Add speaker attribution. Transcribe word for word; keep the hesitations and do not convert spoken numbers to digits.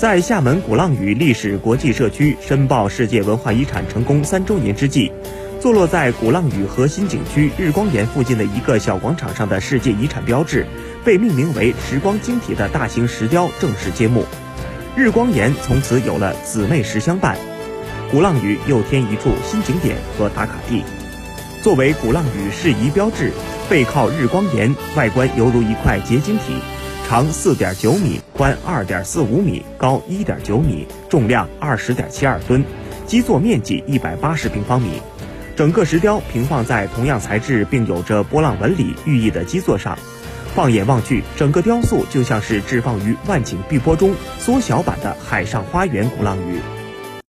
Speaker 1: 在厦门鼓浪屿历史国际社区申报世界文化遗产成功三周年之际，坐落在鼓浪屿核心景区日光岩附近的一个小广场上的世界遗产标志，被命名为时光晶体的大型石雕正式揭幕。日光岩从此有了姊妹石相伴，鼓浪屿又添一处新景点和打卡地。作为鼓浪屿市遗标志，背靠日光岩，外观犹如一块结晶体，长 四点九米，宽 二点四五米，高 一点九米，重量 二十点七二吨，基座面积一百八十平方米。整个石雕平放在同样材质并有着波浪纹理寓意的基座上，放眼望去，整个雕塑就像是置放于万顷碧波中缩小版的海上花园鼓浪屿。